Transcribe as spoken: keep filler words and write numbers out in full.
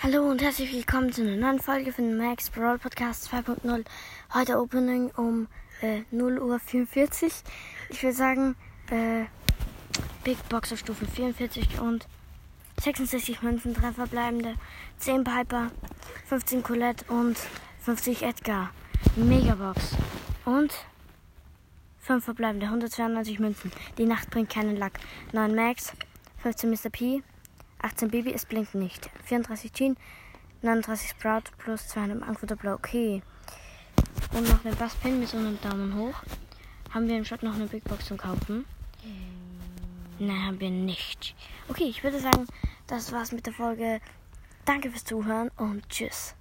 Hallo und herzlich willkommen zu einer neuen Folge von Max Brawl Podcast zwei Punkt null. Heute Opening um äh, null Uhr vierundvierzig. Ich würde sagen, äh, Big Box auf Stufe vierundvierzig und sechsundsechzig Münzen, drei verbleibende, zehn Piper, fünfzehn Colette und fünfzig Edgar. Megabox und fünf verbleibende, hundertzweiundneunzig Münzen. Die Nacht bringt keinen Lack. neun Max, fünfzehn Mister P, achtzehn Baby, es blinkt nicht. vierunddreißig Jean, neununddreißig Sprout plus zweihundert Frankfurter Blau. Okay. Und noch eine Basspin mit so einem Daumen hoch. Haben wir im Shop noch eine Big Box zum Kaufen? Nein, haben wir nicht. Okay, ich würde sagen, das war's mit der Folge. Danke fürs Zuhören und tschüss.